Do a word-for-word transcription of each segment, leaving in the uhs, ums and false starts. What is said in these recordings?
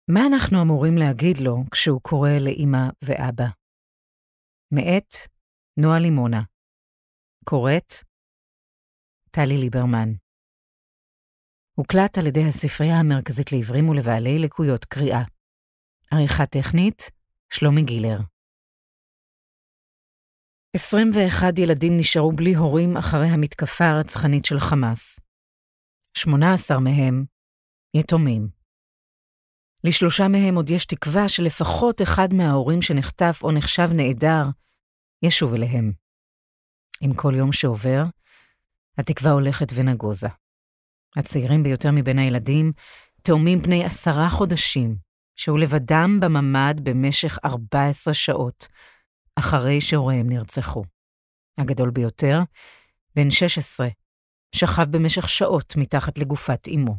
מה אנחנו אמורים להגיד לו כשהוא קורא לאמא ואבא? מאת נועה לימונה. קוראת טלי ליברמן. הוקלט על ידי הספרייה המרכזית לעברים ולבעלי לקויות קריאה. עריכה טכנית שלומי גילר. עשרים ואחד ילדים נשארו בלי הורים אחרי המתקפה הרצחנית של חמאס. שמונה עשר מהם יתומים. לשלושה מהם עוד יש תקווה שלפחות אחד מההורים שנחטף או נחשב נעדר ישוב אליהם. עם כל יום שעובר, התקווה הולכת ונגוזה. הצעירים ביותר מבין הילדים תאומים בני עשרה חודשים, שהוא לבדם בממד במשך ארבע עשרה שעות, אחרי שהוריהם נרצחו. הגדול ביותר, בן שש עשרה, שכב במשך שעות מתחת לגופת אמו.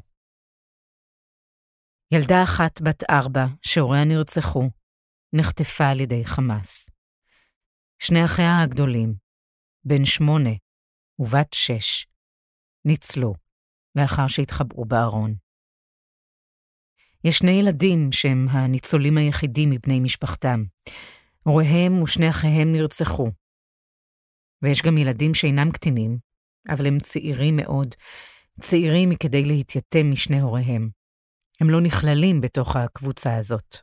ילדה אחת בת ארבע, שהוריה נרצחו, נחטפה על ידי חמאס. שני אחיה הגדולים, בן שמונה ובת שש, ניצלו לאחר שהתחבאו בארון. יש שני ילדים שהם הניצולים היחידים מבני משפחתם. הוריהם ושני אחיהם נרצחו. ויש גם ילדים שאינם קטינים, אבל הם צעירים מאוד, צעירים מכדי להתייתם משני הוריהם. הם לא נכללים בתוך הקבוצה הזאת.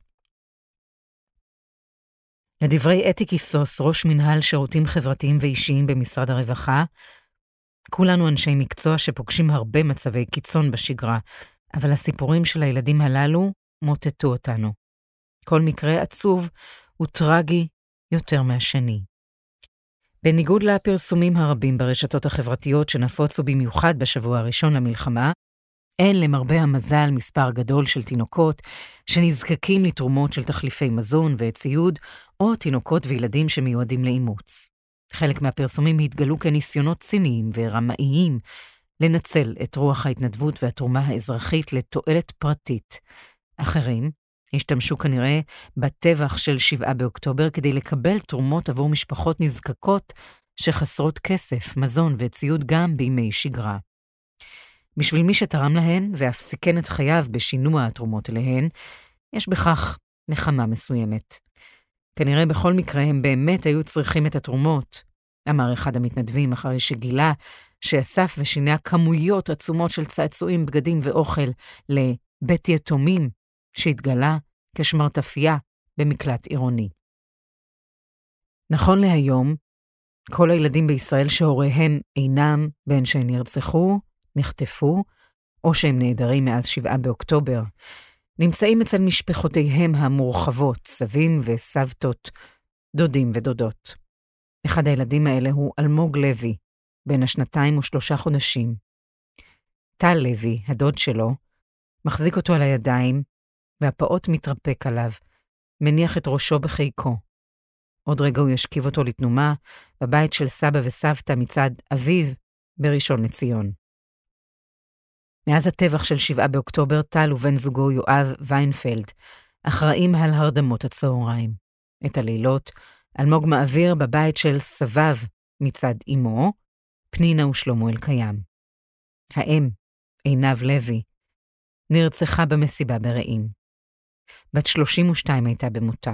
לדברי אתי קיסוס, ראש מנהל שירותים חברתיים ואישיים במשרד הרווחה, כולנו אנשי מקצוע שפוגשים הרבה מצבי קיצון בשגרה, אבל הסיפורים של הילדים הללו מוטטו אותנו. כל מקרה עצוב הוא טרגי יותר מהשני. בניגוד לפרסומים הרבים ברשתות החברתיות שנפוצו במיוחד בשבוע הראשון למלחמה, אין למרבה המזל מספר גדול של תינוקות שנזקקים לתרומות של תחליפי מזון וציוד, או תינוקות וילדים שמיועדים לאימוץ. חלק מהפרסומים התגלו כניסיונות ציניים ורמאיים לנצל את רוח ההתנדבות והתרומה האזרחית לתועלת פרטית. אחרים השתמשו כנראה בטבח של שבעה באוקטובר כדי לקבל תרומות עבור משפחות נזקקות שחסרות כסף, מזון וציוד גם בימי שגרה. בשביל מי שתרם להן ואף סיכן את חייו בשינוע התרומות אליהן, יש בכך נחמה מסוימת. כנראה בכל מקרה הם באמת היו צריכים את התרומות, אמר אחד המתנדבים אחרי שגילה שאסף ושינע כמויות עצומות של צעצועים, בגדים ואוכל לבית יתומים שהתגלה כשמרתפייה במקלט עירוני. נכון להיום, כל הילדים בישראל שהוריהם אינם בין שנרצחו, נחטפו, או שהם נעדרים מאז שבעה באוקטובר, נמצאים אצל משפחותיהם המורחבות, סבים וסבתות, דודים ודודות. אחד הילדים האלה הוא אלמוג לוי, בן השנתיים ושלושה חודשים. טל לוי, הדוד שלו, מחזיק אותו על הידיים, והפעות מתרפק עליו, מניח את ראשו בחיקו. עוד רגע הוא ישכיב אותו לתנומה, בבית של סבא וסבתא מצד אביו, בראשון לציון. מאז הטבח של שבעה באוקטובר, טל ובן זוגו יואב ויינפלד אחראים על הרדמות הצהריים. את הלילות, אלמוג מעביר בבית של סבב מצד אמו, פנינה ושלמה אלקיים. האם, עינב לוי, נרצחה במסיבה ברעים. בת שלושים ושתיים הייתה במותה.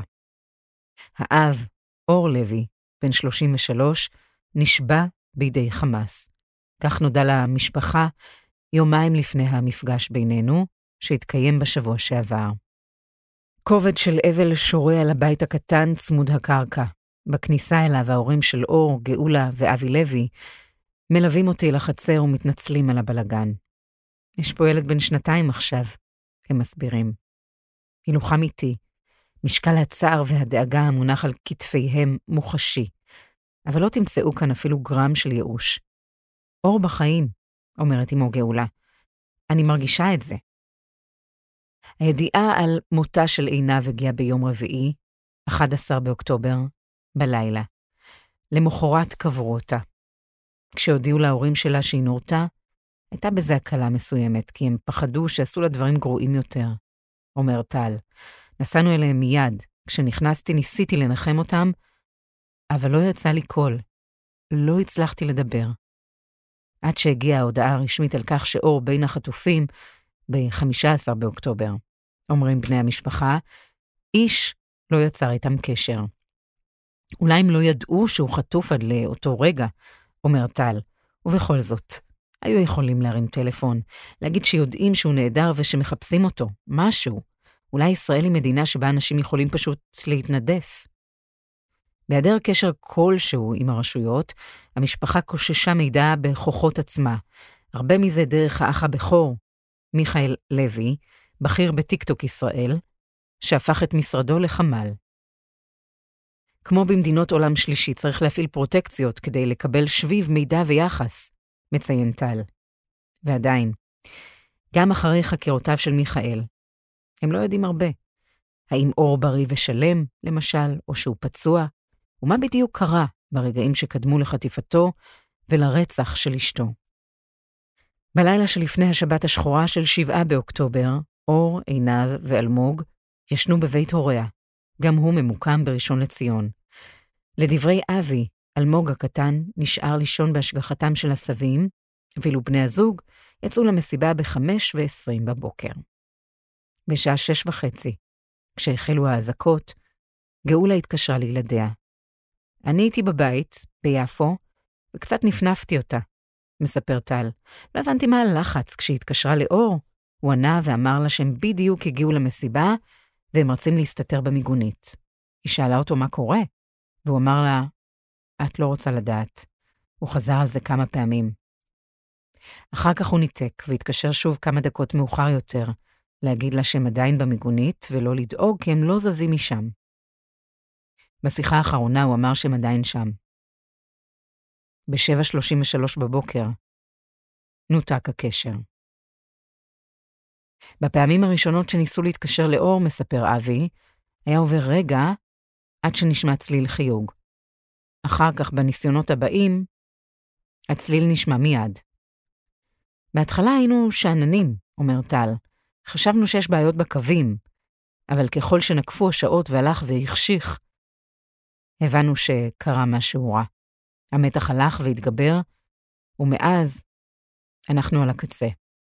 האב, אור לוי, בן שלושים ושלוש, נשבע בידי חמאס. כך נודע למשפחה יומיים לפני המפגש בינינו, שהתקיים בשבוע שעבר. כובד של אבל שורה על הבית הקטן צמוד הקרקע. בכניסה אליו ההורים של אור, גאולה ואבי לוי מלווים אותי לחצר ומתנצלים על הבלגן. יש פה ילד בן שנתיים עכשיו, הם מסבירים. הילוכם איתי, משקל הצער והדאגה המונח על כתפיהם מוחשי, אבל לא תמצאו כאן אפילו גרם של ייאוש. אור בחיים, אומרת אמו גאולה. אני מרגישה את זה. הידיעה על מותה של עינב הגיעה ביום רביעי, אחד עשר באוקטובר, בלילה. למחרת קברו אותה. כשהודיעו להורים שלה שהיא נורתה, הייתה בזה הקלה מסוימת, כי הם פחדו שעשו לה דברים גרועים יותר. אומר טל, נסענו אליהם מיד. כשנכנסתי ניסיתי לנחם אותם, אבל לא יצא לי קול. לא הצלחתי לדבר. עד שהגיעה ההודעה הרשמית על כך שאור בין החטופים ב-חמישה עשר באוקטובר. אומרים בני המשפחה, איש לא יצר איתם קשר. אולי הם לא ידעו שהוא חטוף עד לאותו רגע, אומר טל, ובכל זאת, היו יכולים להרים טלפון, להגיד שיודעים שהוא נהדר ושמחפשים אותו, משהו. אולי ישראל היא מדינה שבה אנשים יכולים פשוט להתנדף. בהיעדר קשר כלשהו עם הרשויות, המשפחה קוששה מידע בכוחות עצמה. הרבה מזה דרך האח הבכור, מיכאל לוי, בכיר בטיקטוק ישראל, שהפך את משרדו לחמ"ל. כמו במדינות עולם שלישי, צריך להפעיל פרוטקציות כדי לקבל שביב מידע ויחס, מציין טל. ועדיין, גם אחרי חקירותיו של מיכאל, הם לא יודעים הרבה. האם אור בריא ושלם, למשל, או שהוא פצוע, ומה בדיוק קרה ברגעים שקדמו לחטיפתו ולרצח של אשתו. בלילה שלפני השבת השחורה של שבעה באוקטובר, אור, עינב ואלמוג ישנו בבית הוריה. גם הוא ממוקם בראשון לציון. לדברי אבי, אלמוג הקטן נשאר לישון בהשגחתם של הסבים, ואילו בני הזוג יצאו למסיבה בחמש ועשרים בבוקר. בשעה שש וחצי, כשהחלו האזעקות, גאולה התקשרה לילדיה. אני הייתי בבית, ביפו, וקצת נפנפתי אותה, מספר טל. לא הבנתי מה הלחץ כשהתקשרה לאור. הוא ענה ואמר לה שהם בדיוק הגיעו למסיבה, והם רצים להסתתר במיגונית. היא שאלה אותו מה קורה, והוא אמר לה, את לא רוצה לדעת. הוא חזר על זה כמה פעמים. אחר כך הוא ניתק, והתקשר שוב כמה דקות מאוחר יותר, להגיד לה שהם עדיין במיגונית, ולא לדאוג כי הם לא זזים משם. בשיחה האחרונה הוא אמר שהם עדיין שם. ב-שבע שלושים ושלוש בבוקר נותק הקשר. בפעמים הראשונות שניסו להתקשר לאור, מספר אבי, היה עובר רגע עד שנשמע צליל חיוג. אחר כך בניסיונות הבאים, הצליל נשמע מיד. בהתחלה היינו שעננים, אומר טל. חשבנו שיש בעיות בקווים, אבל ככל שנקפו השעות והלך והחשיך, הבנו שקרה משהו רע. המתח הלך והתגבר, ומאז אנחנו על הקצה.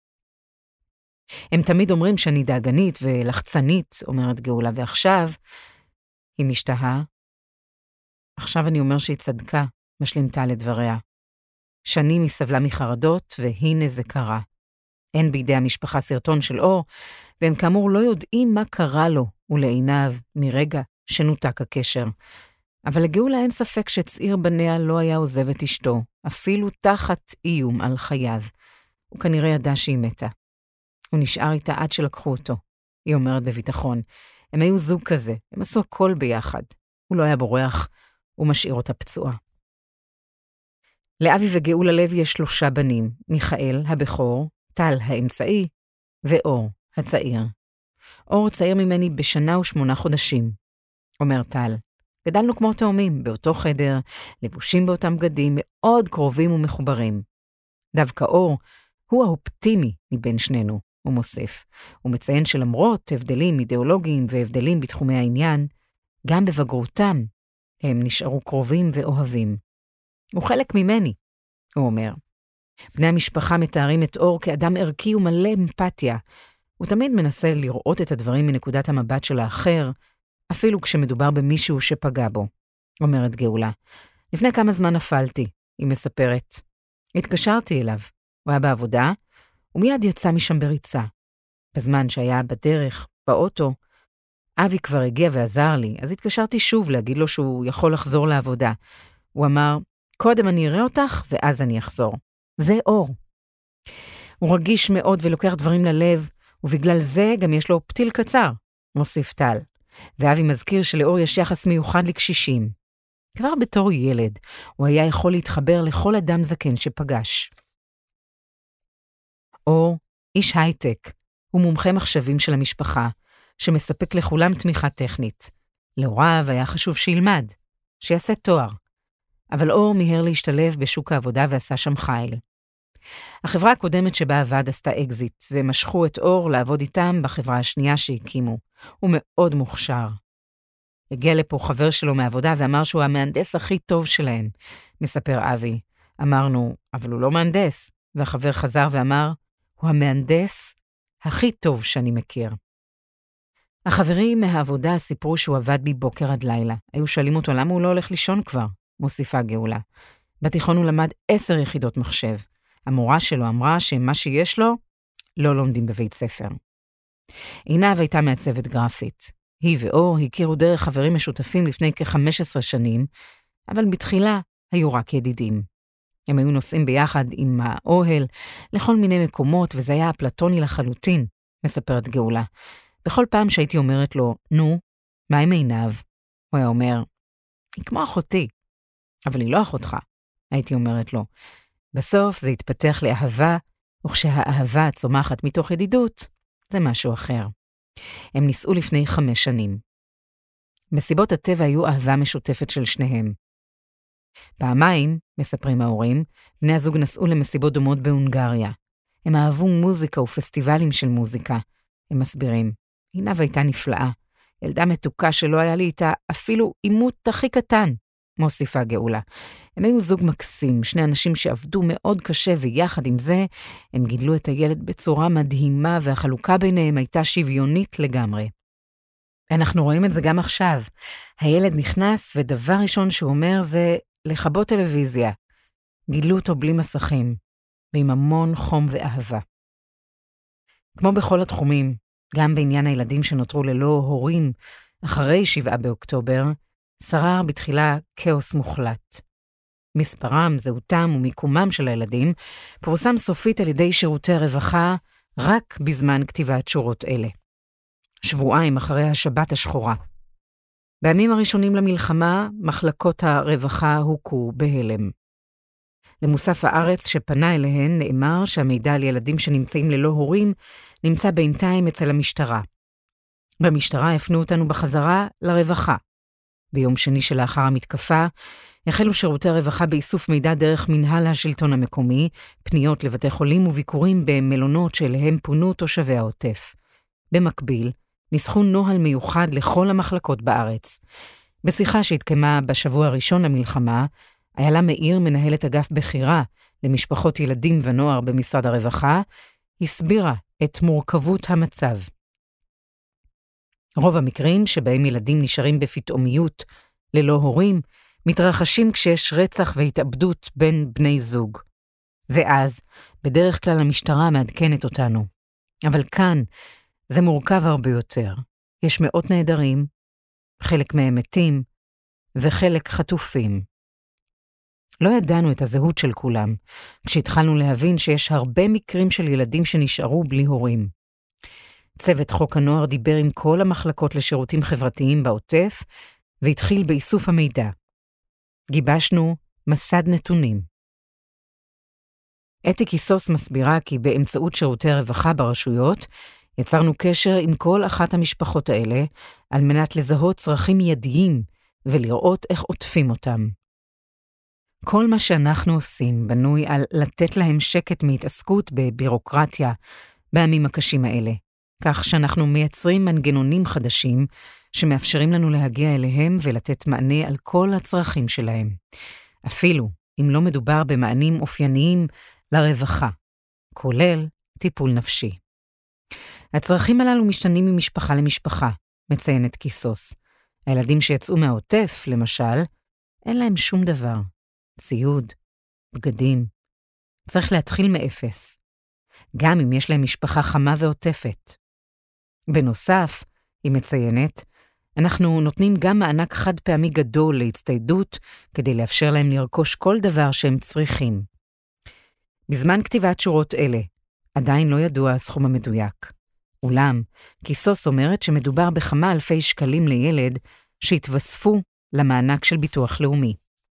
הם תמיד אומרים שאני דאגנית ולחצנית, אומרת גאולה, ועכשיו היא משתהה. עכשיו אני אומר שהיא צדקה, משלים טל לדבריה. שנים היא סבלה מחרדות, והנה זה קרה. אין בידי המשפחה סרטון של אור, והם כאמור לא יודעים מה קרה לו ולעיניו מרגע שנותק הקשר. אבל לגאולה אין ספק שצעיר בניה לא היה עוזב את אשתו, אפילו תחת איום על חייו. הוא כנראה ידע שהיא מתה. הוא נשאר איתה עד שלקחו אותו. היא אומרת בביטחון. הם היו זוג כזה, הם עשו הכל ביחד. הוא לא היה בורח, הוא משאיר אותה פצועה. לאבי וגאולה לוי יש שלושה בנים, מיכאל הבכור, טל האמצעי, ואור הצעיר. אור צעיר ממני בשנה ושמונה חודשים, אומר טל. גדלנו כמו תאומים, באותו חדר, לבושים באותם בגדים, מאוד קרובים ומחוברים. דווקא אור הוא האופטימי מבין שנינו, הוא מוסיף. הוא מציין שלמרות הבדלים אידיאולוגיים והבדלים בתחומי העניין, גם בבגרותם הם נשארו קרובים ואוהבים. הוא חלק ממני, הוא אומר. בני המשפחה מתארים את אור כאדם ערכי ומלא אמפתיה. הוא תמיד מנסה לראות את הדברים מנקודת המבט של האחר, אפילו כשמדובר במישהו שפגע בו, אומרת גאולה. לפני כמה זמן נפלתי, היא מספרת. התקשרתי אליו, הוא היה בעבודה, ומיד יצא משם בריצה. בזמן שהיה בדרך, באוטו, אבי כבר הגיע ועזר לי, אז התקשרתי שוב להגיד לו שהוא יכול לחזור לעבודה. הוא אמר, קודם אני אראה אותך, ואז אני אחזור. זה אור. הוא רגיש מאוד ולוקח דברים ללב, ובגלל זה גם יש לו פתיל קצר, מוסיף טל. ואבי מזכיר שלאור יש יחס מיוחד לקשישים. כבר בתור ילד, הוא היה יכול להתחבר לכל אדם זקן שפגש. אור, איש הייטק, הוא מומחה מחשבים של המשפחה, שמספק לכולם תמיכה טכנית. להוריו היה חשוב שילמד, שיעשה תואר. אבל אור מיהר להשתלב בשוק העבודה ועשה שם חיל. החברה הקודמת שבה עבד עשתה אקזיט, ומשכו את אור לעבוד איתם בחברה השנייה שהקימו. הוא מאוד מוכשר. הגיע לפה חבר שלו מעבודה ואמר שהוא המהנדס הכי טוב שלהם, מספר אבי. אמרנו, אבל הוא לא מהנדס. והחבר חזר ואמר, הוא המהנדס הכי טוב שאני מכיר. החברים מהעבודה סיפרו שהוא עבד מבוקר עד לילה. היו שואלים אותו למה הוא לא הולך לישון כבר, מוסיפה גאולה. בתיכון הוא למד עשר יחידות מחשב. המורה שלו אמרה שמה שיש לו לא לומדים בבית ספר. עינב הייתה מעצבת גרפית. היא ואור הכירו דרך חברים משותפים לפני כ-חמש עשרה שנים, אבל בתחילה היו רק ידידים. הם היו נוסעים ביחד עם האוהל לכל מיני מקומות, וזה היה אפלטוני לחלוטין, מספרת גאולה. בכל פעם שהייתי אומרת לו, נו, מה עם עינב? הוא היה אומר, היא כמו אחותי, אבל היא לא אחותך, הייתי אומרת לו. בסוף זה התפתח לאהבה, וכשהאהבה צומחת מתוך ידידות, זה משהו אחר. הם ניסו לפני חמש שנים. מסיבות הטבע היו אהבה משותפת של שניהם. פעמיים, מספרים ההורים, בני הזוג נסעו למסיבות דומות בהונגריה. הם אהבו מוזיקה ופסטיבלים של מוזיקה. הם מסבירים, עינב הייתה נפלאה, ילדה מתוקה שלא היה לי איתה אפילו עימות הכי קטן, מוסיפה גאולה. הם היו זוג מקסים, שני אנשים שעבדו מאוד קשה, ויחד עם זה הם גידלו את הילד בצורה מדהימה, והחלוקה ביניהם הייתה שוויונית לגמרי. אנחנו רואים את זה גם עכשיו. הילד נכנס, ודבר ראשון שהוא אומר זה לכבות טלוויזיה. גידלו אותו בלי מסכים, ועם המון חום ואהבה. כמו בכל התחומים, גם בעניין הילדים שנותרו ללא הורים אחרי שבעה באוקטובר, שרר בתחילה כאוס מוחלט. מספרם, זהותם ומיקומם של הילדים פורסם סופית על ידי שירותי הרווחה רק בזמן כתיבת שורות אלה. שבועיים אחרי השבת השחורה. בימים הראשונים למלחמה, מחלקות הרווחה הוכו בהלם. למוסף הארץ שפנה אליהן נאמר שהמידע על ילדים שנמצאים ללא הורים נמצא בינתיים אצל המשטרה. במשטרה הפנו אותנו בחזרה לרווחה. ביום שני שלאחר המתקפה, החלו שירותי הרווחה באיסוף מידע דרך מנהל השלטון המקומי, פניות לבתי חולים וביקורים במלונות שאליהם פונו תושבי העוטף. במקביל, ניסחו נוהל מיוחד לכל המחלקות בארץ. בשיחה שהתקיימה בשבוע הראשון למלחמה, איילה מאיר, מנהלת אגף בחירה למשפחות ילדים ונוער במשרד הרווחה, הסבירה את מורכבות המצב. רוב המקרים שבהם ילדים נשארים בפתאומיות ללא הורים, מתרחשים כשיש רצח והתאבדות בין בני זוג. ואז, בדרך כלל המשטרה מעדכנת אותנו. אבל כאן, זה מורכב הרבה יותר. יש מאות נעדרים, חלק מהם מתים, וחלק חטופים. לא ידענו את הזהות של כולם, כשהתחלנו להבין שיש הרבה מקרים של ילדים שנשארו בלי הורים. צוות חוק הנוער דיבר עם כל המחלקות לשירותים חברתיים בעוטף, והתחיל באיסוף המידע. גיבשנו מסד נתונים. אתי קיסוס מסבירה כי באמצעות שירותי הרווחה ברשויות, יצרנו קשר עם כל אחת המשפחות האלה, על מנת לזהות צרכים ידיים, ולראות איך עוטפים אותם. כל מה שאנחנו עושים בנוי על לתת להם שקט מהתעסקות בבירוקרטיה בימים הקשים האלה, כך שאנחנו מייצרים מנגנונים חדשים שמאפשרים לנו להגיע אליהם ולתת מענה על כל הצרכים שלהם. אפילו אם לא מדובר במענים אופייניים לרווחה, כולל טיפול נפשי. הצרכים הללו משתנים ממשפחה למשפחה, מציינת קיסוס. הילדים שיצאו מהעוטף, למשל, אין להם שום דבר. ציוד, בגדים. צריך להתחיל מאפס. גם אם יש להם משפחה חמה ועוטפת. בנוסף, היא מציינת, אנחנו נותנים גם מענק חד פעמי גדול להצטיידות, כדי לאפשר להם לרכוש כל דבר שהם צריכים. בזמן כתיבת שורות אלה, עדיין לא ידוע הסכום המדויק. אולם, קיסוס אומרת שמדובר בכמה אלפי שקלים לילד שהתווספו למענק של ביטוח לאומי.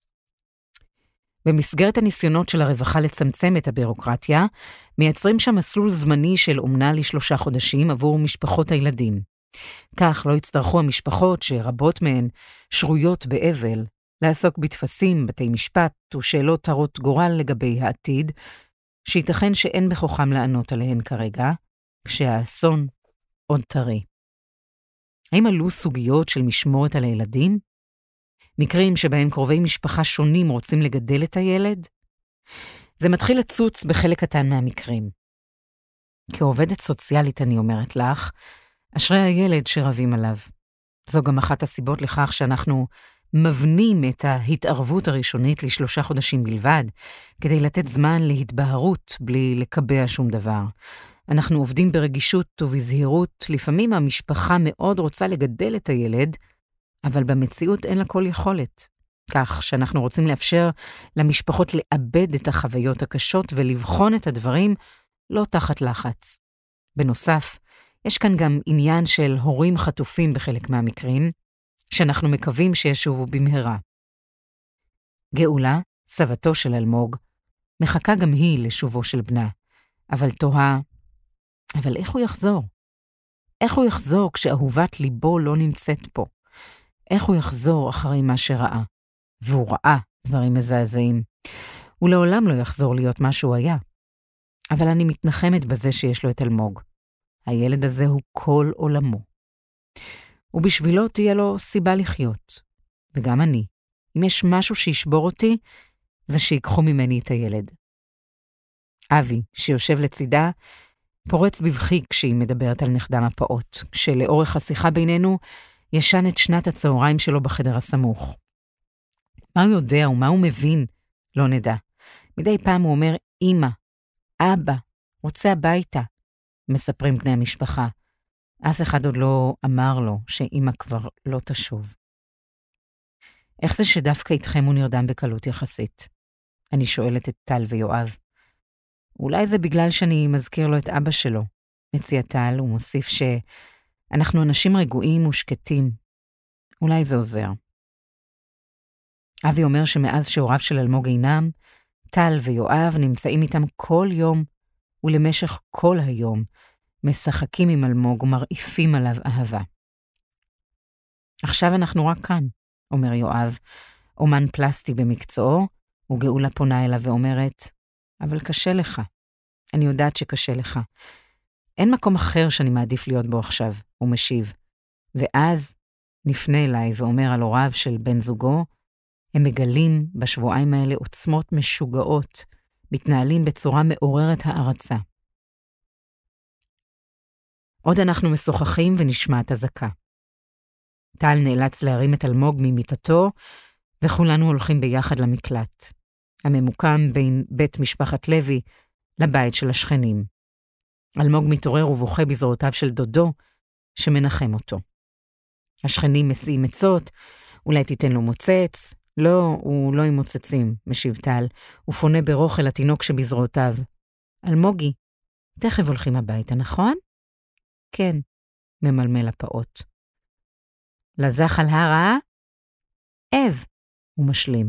במסגרת הניסיונות של הרווחה לצמצם את הבירוקרטיה, מייצרים שם מסלול זמני של אומנה לשלושה חודשים עבור משפחות הילדים. כך לא יצטרכו המשפחות שרבות מהן שרויות באבל, לעסוק בתפסים, בתי משפט ושאלות הרות גורל לגבי העתיד, שייתכן שאין בכוחם לענות עליהן כרגע, כשהאסון עוד טרי. האם עלו סוגיות של משמורת על הילדים? מקרים שבהם קרובי משפחה שונים רוצים לגדל את הילד? זה מתחיל לצוץ בחלק קטן מהמקרים. כעובדת סוציאלית אני אומרת לך, אשרי הילד שרבים עליו. זו גם אחת הסיבות לכך שאנחנו מבנים את ההתערבות הראשונית לשלושה חודשים בלבד, כדי לתת זמן להתבהרות בלי לקבע שום דבר. אנחנו עובדים ברגישות ובזהירות, לפעמים המשפחה מאוד רוצה לגדל את הילד, אבל במציאות אין לה כל יכולת. כך שאנחנו רוצים לאפשר למשפחות לאבד את החוויות הקשות ולבחון את הדברים לא תחת לחץ. בנוסף, יש כאן גם עניין של הורים חטופים בחלק מהמקרים, שאנחנו מקווים שישובו במהרה. גאולה, סבתו של אלמוג, מחכה גם היא לשובו של בנה, אבל תוהה, אבל איך הוא יחזור? איך הוא יחזור כשאהובת ליבו לא נמצאת פה? איך הוא יחזור אחרי מה שראה? והוא ראה דברים מזעזעים. הוא לעולם לא יחזור להיות מה שהוא היה. אבל אני מתנחמת בזה שיש לו את אלמוג. הילד הזה הוא כל עולמו. ובשבילו תהיה לו סיבה לחיות. וגם אני. אם יש משהו שישבור אותי, זה שיקחו ממני את הילד. אבי, שיושב לצידה, פורץ בבכי כשהיא מדברת על נכדם הפעוט, כשלאורך השיחה בינינו ישן את שנת הצהריים שלו בחדר הסמוך. מה הוא יודע ומה הוא מבין, לא נדע. מדי פעם הוא אומר, אמא, אבא, רוצה הביתה, מספרים בני המשפחה. אף אחד עוד לא אמר לו שאמא כבר לא תשוב. איך זה שדווקא איתכם הוא נרדם בקלות יחסית? אני שואלת את טל ויואב. אולי זה בגלל שאני מזכיר לו את אבא שלו. מציע טל ומוסיף שאנחנו אנשים רגועים ושקטים. אולי זה עוזר. אבי אומר שמאז שהוריו של אלמוג אינם, טל ויואב נמצאים איתם כל יום, ולמשך כל היום משחקים עם אלמוג ומרעיפים עליו אהבה. עכשיו אנחנו רק כאן, אומר יואב, אומן פלסטי במקצועו, וגאולה פונה אליו ואומרת, אבל קשה לך. אני יודעת שקשה לך. אין מקום אחר שאני מעדיף להיות בו עכשיו, הוא משיב. ואז נפנה אליי ואומר על הוריו של בן זוגו, הם מגלים בשבועיים האלה עוצמות משוגעות, מתנהלים בצורה מעוררת הערצה. עוד אנחנו משוחחים ונשמעת הזקה. טל נאלץ להרים את אלמוג ממיטתו, וכולנו הולכים ביחד למקלט, הממוקם בין בית משפחת לוי לבית של השכנים. אלמוג מתעורר ובוכה בזרועותיו של דודו, שמנחם אותו. השכנים מסיעים עצות, אולי תיתן לו מוצץ, לא, הוא לא עם מוצצים, משיב טל, ופונה ברוך אל התינוק שבזרועותיו. אלמוגי, תכף הולכים הביתה, נכון? כן, ממלמל הפעוט. לזח על הרעה? אב, הוא משלים.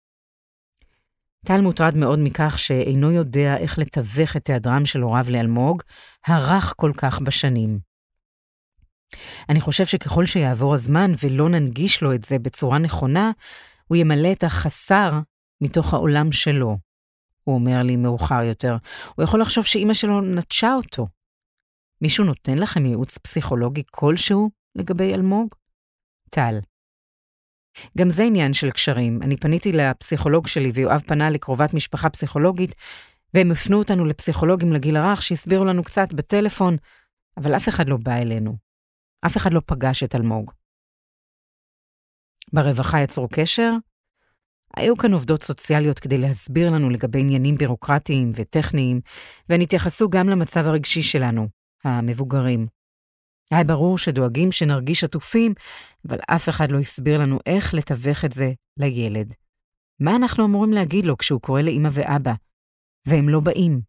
טל מוטרד מאוד מכך שאינו יודע איך לתווך את היעדרם של הוריו לאלמוג, הרך כל כך בשנים. אני חושב שככל שיעבור הזמן ולא ננגיש לו את זה בצורה נכונה, הוא ימלא את החסר מתוך העולם שלו. הוא אומר לי מאוחר יותר, הוא יכול לחשוב שאמא שלו נטשה אותו. מישהו נותן לכם ייעוץ פסיכולוגי כלשהו לגבי אלמוג? טל. גם זה עניין של קשרים. אני פניתי לפסיכולוג שלי ויואב פנה לקרובת משפחה פסיכולוגית, והם הפנו אותנו לפסיכולוגים לגיל הרך שהסבירו לנו קצת בטלפון, אבל אף אחד לא בא אלינו. אף אחד לא פגש את אלמוג. ברווחה יצרו קשר, היו כאן עובדות סוציאליות כדי להסביר לנו לגבי עניינים בירוקרטיים וטכניים, והן התייחסו גם למצב הרגשי שלנו, המבוגרים. היה ברור שדואגים שנרגיש עטופים, אבל אף אחד לא הסביר לנו איך לתווך את זה לילד. מה אנחנו אמורים להגיד לו כשהוא קורא לאמא ואבא, והם לא באים?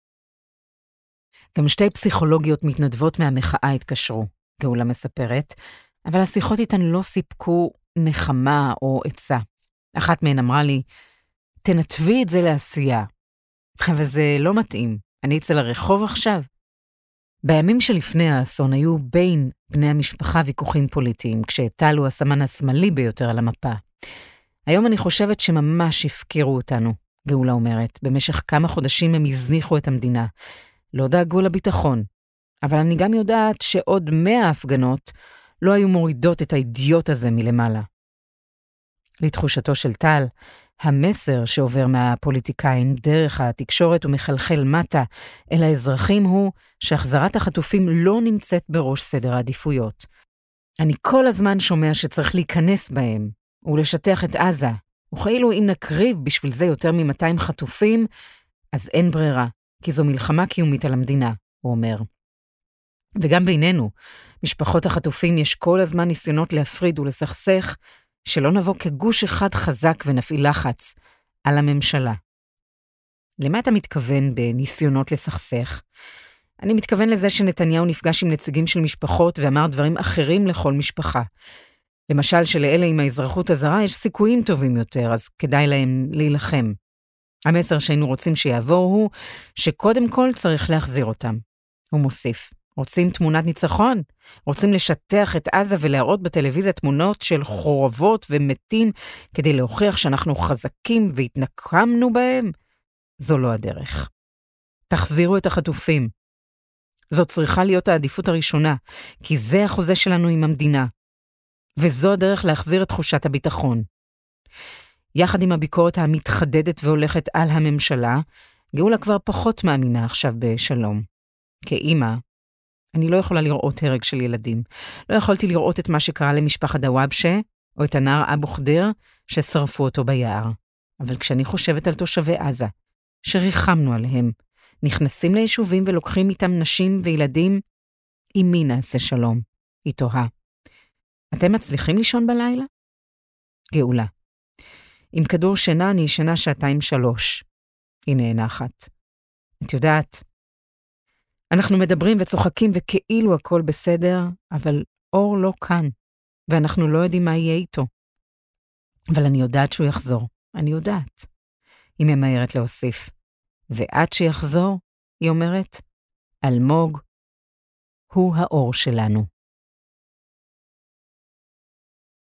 גם שתי פסיכולוגיות מתנדבות מהמחאה התקשרו, גאולה מספרת, אבל השיחות איתן לא סיפקו נחמה או עצה. אחת מהן אמרה לי, תנתבי את זה לעשייה. אבל זה לא מתאים, אני אצל הרחוב עכשיו. בימים שלפני האסון היו בין בני המשפחה ויכוחים פוליטיים, כשטל הוא הסמן השמאלי ביותר על המפה. היום אני חושבת שממש הפקירו אותנו, גאולה אומרת. במשך כמה חודשים הם הזניחו את המדינה. לא דאגו לביטחון. אבל אני גם יודעת שעוד מאה הפגנות לא היו מורידות את האידיוט הזה מלמעלה. לתחושתו של טל, המסר שעובר מהפוליטיקאים דרך התקשורת ומחלחל מטה אל האזרחים הוא שהחזרת החטופים לא נמצאת בראש סדר העדיפויות. אני כל הזמן שומע שצריך להיכנס בהם ולשטח את עזה, וכאילו אם נקריב בשביל זה יותר מ-מאתיים חטופים, אז אין ברירה, כי זו מלחמה קיומית על המדינה, הוא אומר. וגם בינינו, משפחות החטופים יש כל הזמן ניסיונות להפריד ולסכסך, שלא נבוא כגוש אחד חזק ונפעיל לחץ על הממשלה. למה אתה מתכוון בניסיונות לסכסך? אני מתכוון לזה שנתניהו נפגש עם נציגים של משפחות ואמר דברים אחרים לכל משפחה. למשל שלאלה עם האזרחות הזרה יש סיכויים טובים יותר, אז כדאי להם להילחם. המסר שהיינו רוצים שיעבור הוא שקודם כל צריך להחזיר אותם. הוא מוסיף, רוצים תמונת ניצחון? רוצים לשטח את עזה ולהראות בטלוויזיה תמונות של חורבות ומתים כדי להוכיח שאנחנו חזקים והתנקמנו בהם? זו לא הדרך. תחזירו את החטופים. זאת צריכה להיות העדיפות הראשונה, כי זה החוזה שלנו עם המדינה. וזו הדרך להחזיר את תחושת הביטחון. יחד עם הביקורת המתחדדת והולכת על הממשלה, גאולה כבר פחות מאמינה עכשיו בשלום. כאימא, אני לא יכולה לראות הרג של ילדים. לא יכולתי לראות את מה שקרה למשפחת דוואבשה, או את הנער אבו ח'דיר, ששרפו אותו ביער. אבל כשאני חושבת על תושבי עזה, שריחמנו עליהם, נכנסים ליישובים ולוקחים איתם נשים וילדים, עם מי נעשה שלום? היא תוהה. אתם מצליחים לישון בלילה? גאולה. עם כדור שינה אני ישנה שעתיים שלוש. היא נאנחת. את יודעת, אנחנו מדברים וצוחקים וכאילו הכל בסדר, אבל אור לא כאן, ואנחנו לא יודעים מה יהיה איתו. אבל אני יודעת שהוא יחזור. אני יודעת. היא ממהרת להוסיף. ועד שיחזור, היא אומרת, אלמוג הוא האור שלנו.